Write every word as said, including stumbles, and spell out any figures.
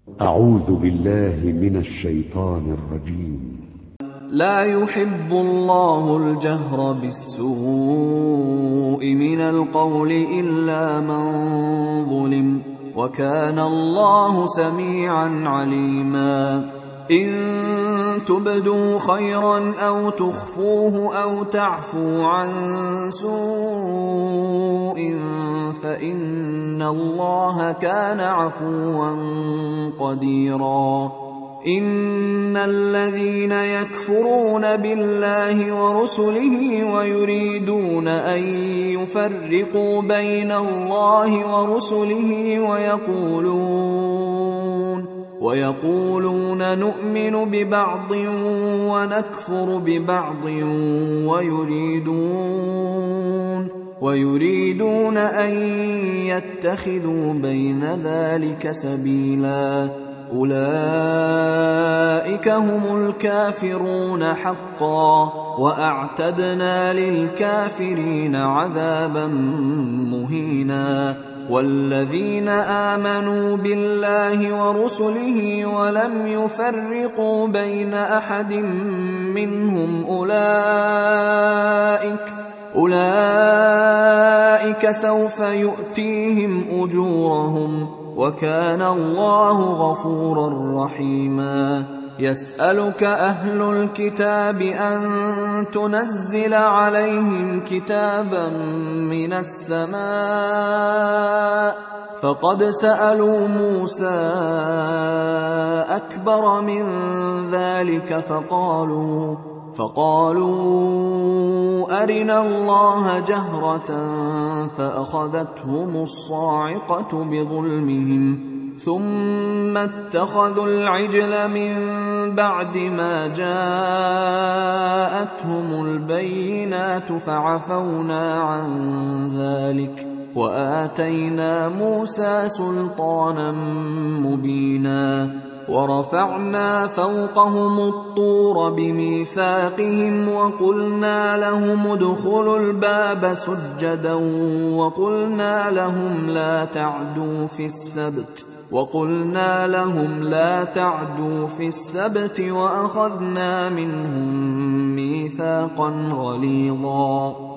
أعوذ بالله من الشيطان الرجيم. لا يحب الله الجهر بالسوء من القول إلا من ظلم، وكان الله سميعا عليما. إن تبدوا خيرا أو تخفوه أو تعفو عن سوء فإن الله كان عفوا قديرا. إن الذين يكفرون بالله ورسله ويريدون أن يفرقوا بين الله ورسله ويقولون ويقولون نؤمن ببعض ونكفر ببعض ويريدون ويريدون أن يتخذوا بين ذلك سبيلا، أولئك هم الكافرون حقا، وأعتدنا للكافرين عذابا مهينا. والذين آمنوا بالله ورسله ولم يفرقوا بين أحد منهم أولئك أولئك سوف يؤتيهم أجورهم، وكان الله غفورا رحيما. يسألك أهل الكتاب أن تنزل عليهم كتابا من السماء، فقد سألوا موسى أكبر من ذلك فقالوا فقالوا أرنا الله جهرة فأخذتهم الصاعقة بظلمهم، ثم اتخذوا العجل من بعد ما جاءتهم البينات فعفونا عن ذلك، وآتينا موسى سلطانا مبينا. ورفعنا فوقهم الطور بميثاقهم وقلنا لهم ادخلوا الباب سجدا وقلنا لهم لا تعدوا في السبت وقلنا لهم لا تعدوا في السبت وأخذنا منهم ميثاقا غليظا.